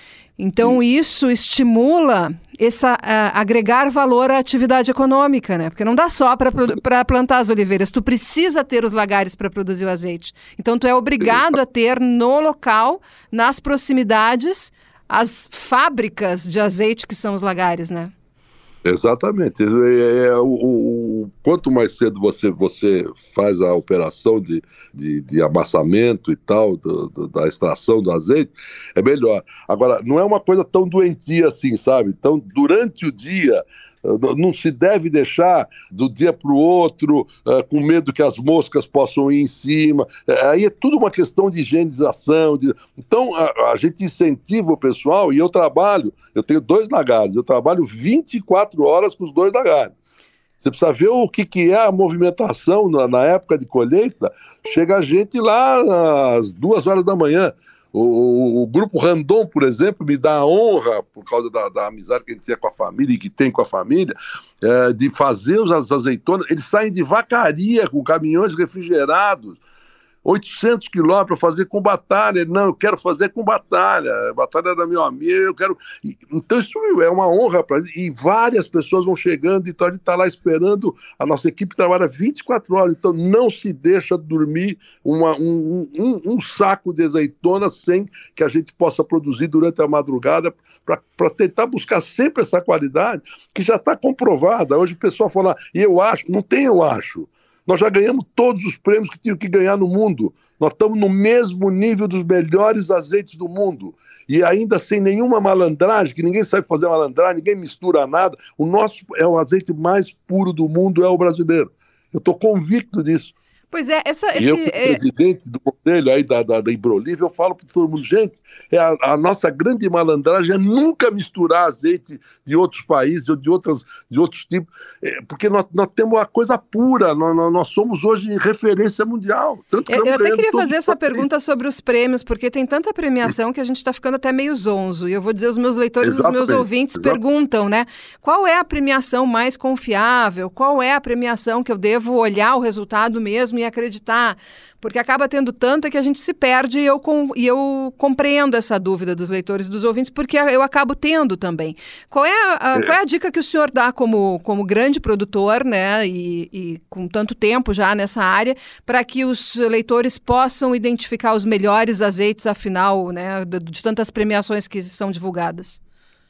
Então, isso estimula essa, uh, agregar valor à atividade econômica, né? Porque não dá só para plantar as oliveiras, tu precisa ter os lagares para produzir o azeite. Então, tu é obrigado a ter no local, nas proximidades, as fábricas de azeite que são os lagares, né? Exatamente. É, é, o, o, quanto mais cedo você, você faz a operação de, de, de amassamento e tal, do, do, da extração do azeite, é melhor. Agora, não é uma coisa tão doentia assim, sabe? Então, durante o dia, não se deve deixar do dia para o outro, uh, com medo que as moscas possam ir em cima. Aí é tudo uma questão de higienização. De... Então, a, a gente incentiva o pessoal, e eu trabalho, eu tenho dois lagares, eu trabalho vinte e quatro horas com os dois lagares. Você precisa ver o que, que é a movimentação na, na época de colheita. Chega a gente lá às duas horas da manhã. O, o, o Grupo Randon, por exemplo, me dá a honra, por causa da, da amizade que a gente tem com a família e que tem com a família, é, de fazer as azeitonas. Eles saem de Vacaria com caminhões refrigerados, oitocentos quilômetros para fazer com batalha. Não, eu quero fazer com batalha, a batalha é da meu amigo, eu quero... Então isso é uma honra para eles, e várias pessoas vão chegando, então a gente está lá esperando, a nossa equipe trabalha vinte e quatro horas, então não se deixa dormir uma, um, um, um saco de azeitona sem que a gente possa produzir durante a madrugada, para tentar buscar sempre essa qualidade, que já está comprovada. Hoje o pessoal fala, e eu acho, não tem eu acho. Nós já ganhamos todos os prêmios que tinham que ganhar no mundo. Nós estamos no mesmo nível dos melhores azeites do mundo. E ainda sem nenhuma malandragem, que ninguém sabe fazer malandragem, ninguém mistura nada. O nosso é o azeite mais puro do mundo, é o brasileiro. Eu estou convicto disso. Pois é, essa... Esse, e eu, como é... presidente do conselho aí da, da, da Imbrolive, eu falo para todo mundo, gente, é a, a nossa grande malandragem é nunca misturar azeite de outros países ou de, outras, de outros tipos, é, porque nós, nós temos uma coisa pura, nós, nós somos hoje referência mundial. Tanto eu eu até queria fazer essa pergunta sobre os prêmios, porque tem tanta premiação que a gente está ficando até meio zonzo, e eu vou dizer, os meus leitores, exatamente, os meus ouvintes exatamente. perguntam, né, qual é a premiação mais confiável, qual é a premiação que eu devo olhar o resultado mesmo e acreditar, porque acaba tendo tanta que a gente se perde, e eu, com, e eu compreendo essa dúvida dos leitores e dos ouvintes, porque eu acabo tendo também. Qual é a, a, qual é a dica que o senhor dá como, como grande produtor, né, e, e com tanto tempo já nessa área, para que os leitores possam identificar os melhores azeites, afinal, né, de, de tantas premiações que são divulgadas?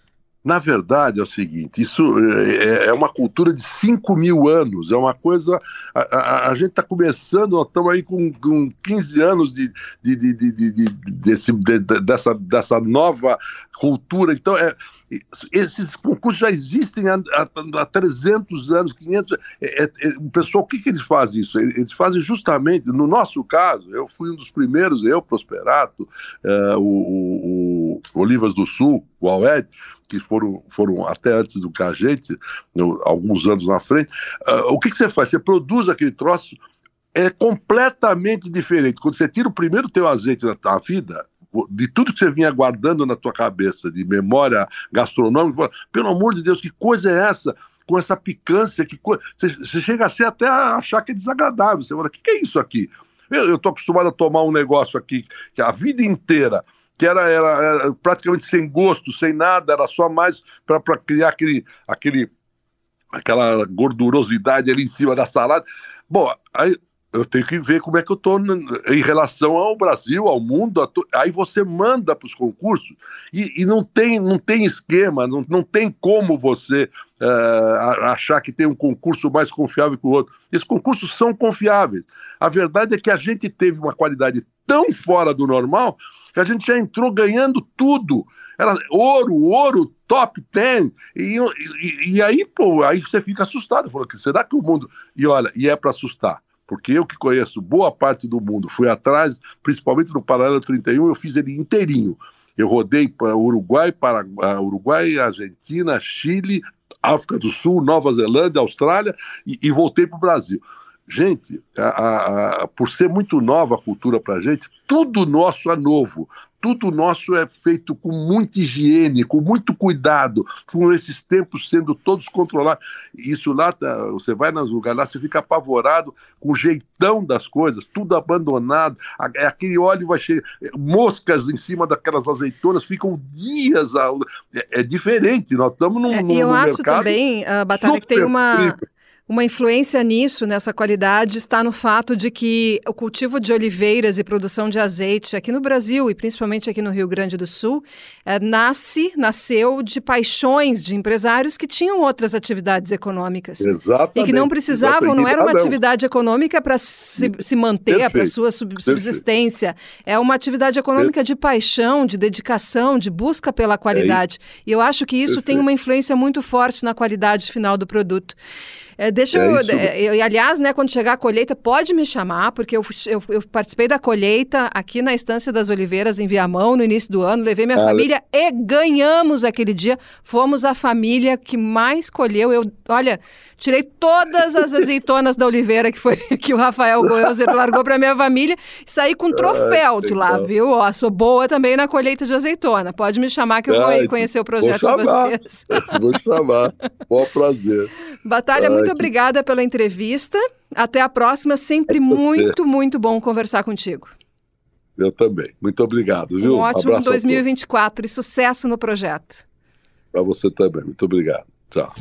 Na verdade é o seguinte, isso é, é uma cultura de cinco mil anos, é uma coisa, a, a, a gente está começando, nós estamos aí com, com quinze anos de, de, de, de, de, de, desse, de, dessa, dessa nova cultura, então é, esses concursos já existem há, há, há trezentos anos, quinhentos, é, é, o pessoal, o que, que eles fazem isso? Eles fazem justamente, no nosso caso, eu fui um dos primeiros, eu, Prosperato, é, o, o, o Olivas do Sul, o Aled, que foram, foram até antes do que a gente, alguns anos na frente, uh, o que, que você faz? Você produz aquele troço, é completamente diferente. Quando você tira o primeiro teu azeite da tua vida, de tudo que você vinha guardando na tua cabeça, de memória gastronômica, pelo amor de Deus, que coisa é essa? Com essa picância, que co... você, você chega a ser até a achar que é desagradável. Você fala, o que, que é isso aqui? Eu estou acostumado a tomar um negócio aqui, que a vida inteira, que era, era, era praticamente sem gosto, sem nada, era só mais para criar aquele, aquele, aquela gordurosidade ali em cima da salada. Bom, aí eu tenho que ver como é que eu estou em relação ao Brasil, ao mundo. To... Aí você manda para os concursos e, e não, tem, não tem esquema, não, não tem como você uh, achar que tem um concurso mais confiável que o outro. Esses concursos são confiáveis. A verdade é que a gente teve uma qualidade tão fora do normal que a gente já entrou ganhando tudo. Era ouro, ouro, top dez. E, e, e aí, pô, aí você fica assustado. Falou, será que o mundo... E olha, e é para assustar. Porque eu que conheço boa parte do mundo, fui atrás, principalmente no Paralelo trinta e um, eu fiz ele inteirinho. Eu rodei para Uruguai, para Uruguai, Argentina, Chile, África do Sul, Nova Zelândia, Austrália e, e voltei para o Brasil. Gente, a, a, a, por ser muito nova a cultura para a gente, tudo nosso é novo, tudo nosso é feito com muita higiene, com muito cuidado, com esses tempos sendo todos controlados. Isso lá, você vai nos lugares lá, você fica apavorado com o jeitão das coisas, tudo abandonado, aquele óleo vai cheio, moscas em cima daquelas azeitonas, ficam dias, a, é, é diferente, nós estamos num, é, num, eu num acho mercado também, uh, Batalha, que tem uma... Uma influência nisso, nessa qualidade, está no fato de que o cultivo de oliveiras e produção de azeite aqui no Brasil e principalmente aqui no Rio Grande do Sul é, nasce, nasceu de paixões de empresários que tinham outras atividades econômicas. Exatamente. E que não precisavam, não era uma atividade econômica para se, se manter, para sua sub, subsistência. É uma atividade econômica de paixão, de dedicação, de busca pela qualidade. É e eu acho que isso Perfeito. Tem uma influência muito forte na qualidade final do produto. É, deixa é eu, eu, aliás, né, quando chegar a colheita, pode me chamar, porque eu, eu, eu participei da colheita aqui na Estância das Oliveiras, em Viamão, no início do ano, levei minha ah, família e ganhamos aquele dia. Fomos a família que mais colheu. Eu, olha, tirei todas as azeitonas da oliveira que, foi, que o Rafael Goelzer largou para minha família e saí com um troféu ah, de lá, legal. Viu? Ó, sou boa também na colheita de azeitona. Pode me chamar que eu vou aí conhecer o projeto de vocês. Vou chamar. Bom prazer. Batalha, Ai, muito que... obrigada pela entrevista. Até a próxima. Sempre é muito, muito bom conversar contigo. Eu também. Muito obrigado, viu? Um ótimo um dois mil e vinte e quatro e sucesso no projeto. Para você também. Muito obrigado. Tchau.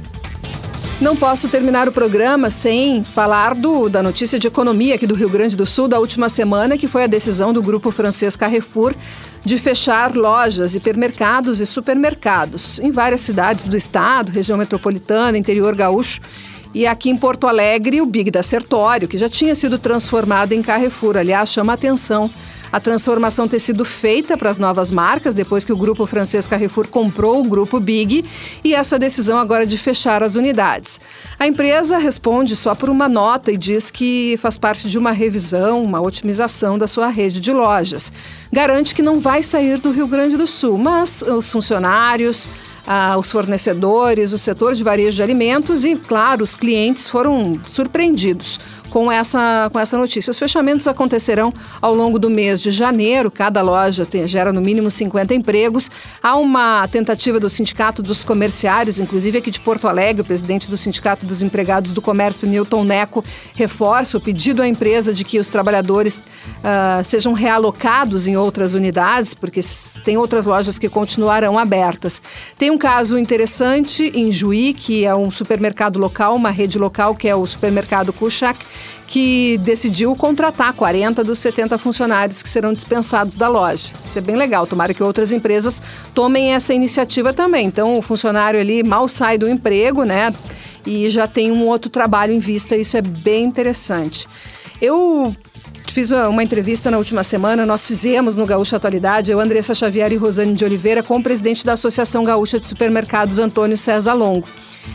Não posso terminar o programa sem falar do, da notícia de economia aqui do Rio Grande do Sul da última semana, que foi a decisão do grupo francês Carrefour de fechar lojas, hipermercados e supermercados em várias cidades do estado, região metropolitana, interior gaúcho. E aqui em Porto Alegre, o Big da Sertório, que já tinha sido transformado em Carrefour. Aliás, chama a atenção a transformação ter sido feita para as novas marcas, depois que o grupo francês Carrefour comprou o grupo Big, e essa decisão agora de fechar as unidades. A empresa responde só por uma nota e diz que faz parte de uma revisão, uma otimização da sua rede de lojas. Garante que não vai sair do Rio Grande do Sul, mas os funcionários, ah, os fornecedores, o setor de varejo de alimentos e, claro, os clientes foram surpreendidos com essa, com essa notícia. Os fechamentos acontecerão ao longo do mês de janeiro. Cada loja tem, gera no mínimo cinquenta empregos. Há uma tentativa do Sindicato dos Comerciários, inclusive aqui de Porto Alegre, o presidente do Sindicato dos Empregados do Comércio, Newton Neco, reforça o pedido à empresa de que os trabalhadores uh, sejam realocados em outras unidades, porque tem outras lojas que continuarão abertas. Tem um caso interessante em Juí, que é um supermercado local, uma rede local, que é o supermercado Kuchak, que decidiu contratar quarenta dos setenta funcionários que serão dispensados da loja. Isso é bem legal, tomara que outras empresas tomem essa iniciativa também. Então, o funcionário ali mal sai do emprego, né, e já tem um outro trabalho em vista, isso é bem interessante. Eu fiz uma entrevista na última semana, nós fizemos no Gaúcha Atualidade, eu, Andressa Xavier e Rosane de Oliveira, com o presidente da Associação Gaúcha de Supermercados, Antônio César Longo.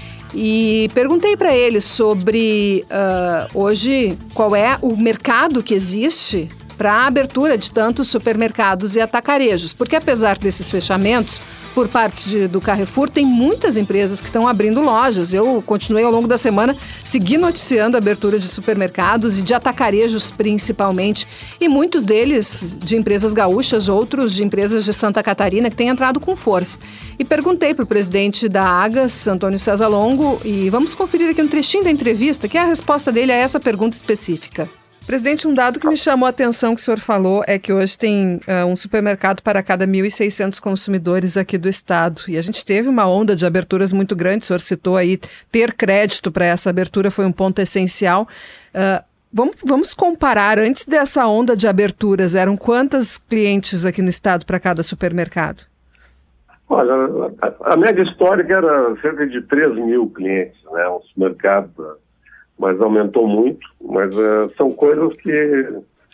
E perguntei para ele sobre uh, hoje qual é o mercado que existe para a abertura de tantos supermercados e atacarejos, porque apesar desses fechamentos por parte de, do Carrefour, tem muitas empresas que estão abrindo lojas. Eu continuei ao longo da semana, segui noticiando a abertura de supermercados e de atacarejos principalmente, e muitos deles de empresas gaúchas, outros de empresas de Santa Catarina que têm entrado com força. E perguntei para o presidente da Agas, Antônio César Longo, e vamos conferir aqui um trechinho da entrevista, que é a resposta dele a essa pergunta específica. Presidente, um dado que me chamou a atenção que o senhor falou é que hoje tem uh, um supermercado para cada mil e seiscentos consumidores aqui do estado. E a gente teve uma onda de aberturas muito grande, o senhor citou aí, ter crédito para essa abertura foi um ponto essencial. Uh, vamos, vamos comparar, antes dessa onda de aberturas, eram quantos clientes aqui no estado para cada supermercado? Olha, a, a média histórica era cerca de três mil clientes, né, um supermercado, mas aumentou muito, mas uh, são coisas que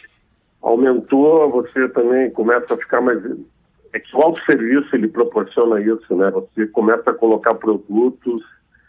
aumentou, você também começa a ficar mais... É que o autosserviço, ele proporciona isso, né? Você começa a colocar produtos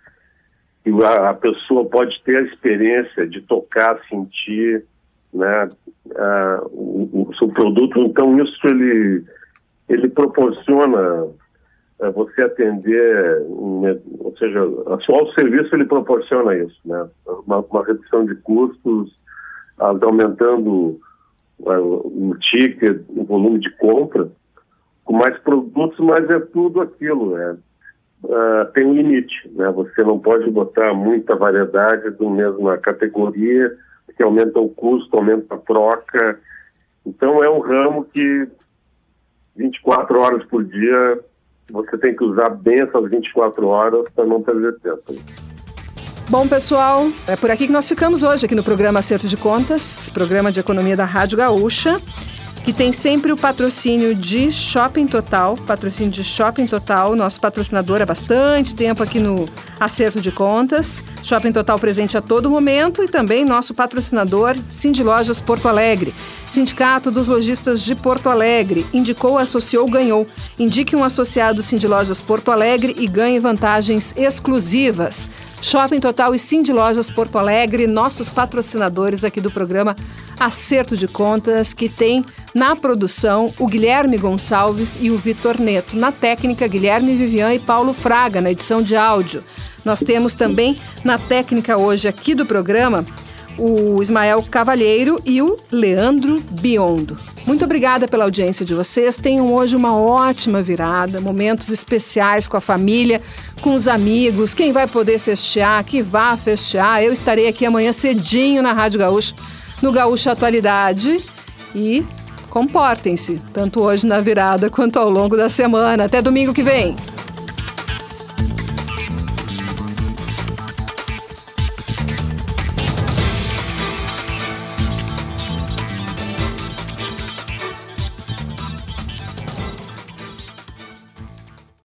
e a, a pessoa pode ter a experiência de tocar, sentir, né, uh, o, o seu produto. Então, isso, ele, ele proporciona é, você atender, ou seja, só o serviço ele proporciona isso, né? Uma, uma redução de custos, aumentando o ticket, o volume de compra, com mais produtos, mas é tudo aquilo, né? Uh, tem um limite, né? Você não pode botar muita variedade da mesma categoria, que aumenta o custo, aumenta a troca. Então é um ramo que vinte e quatro horas por dia você tem que usar bem essas vinte e quatro horas para não perder tempo. Bom, pessoal, é por aqui que nós ficamos hoje aqui no programa Acerto de Contas, esse programa de economia da Rádio Gaúcha, que tem sempre o patrocínio de Shopping Total, patrocínio de Shopping Total, nosso patrocinador há bastante tempo aqui no Acerto de Contas. Shopping Total presente a todo momento e também nosso patrocinador Cindy Lojas Porto Alegre. Sindicato dos Lojistas de Porto Alegre. Indicou, associou, ganhou. Indique um associado Cindy Lojas Porto Alegre e ganhe vantagens exclusivas. Shopping Total e Cindy Lojas Porto Alegre, nossos patrocinadores aqui do programa Acerto de Contas, que tem na produção o Guilherme Gonçalves e o Vitor Neto. Na técnica, Guilherme Vivian e Paulo Fraga, na edição de áudio. Nós temos também na técnica hoje aqui do programa o Ismael Cavalheiro e o Leandro Biondo. Muito obrigada pela audiência de vocês. Tenham hoje uma ótima virada, momentos especiais com a família, com os amigos. Quem vai poder festear, que vá festear. Eu estarei aqui amanhã cedinho na Rádio Gaúcha, no Gaúcha Atualidade. E comportem-se, tanto hoje na virada quanto ao longo da semana. Até domingo que vem.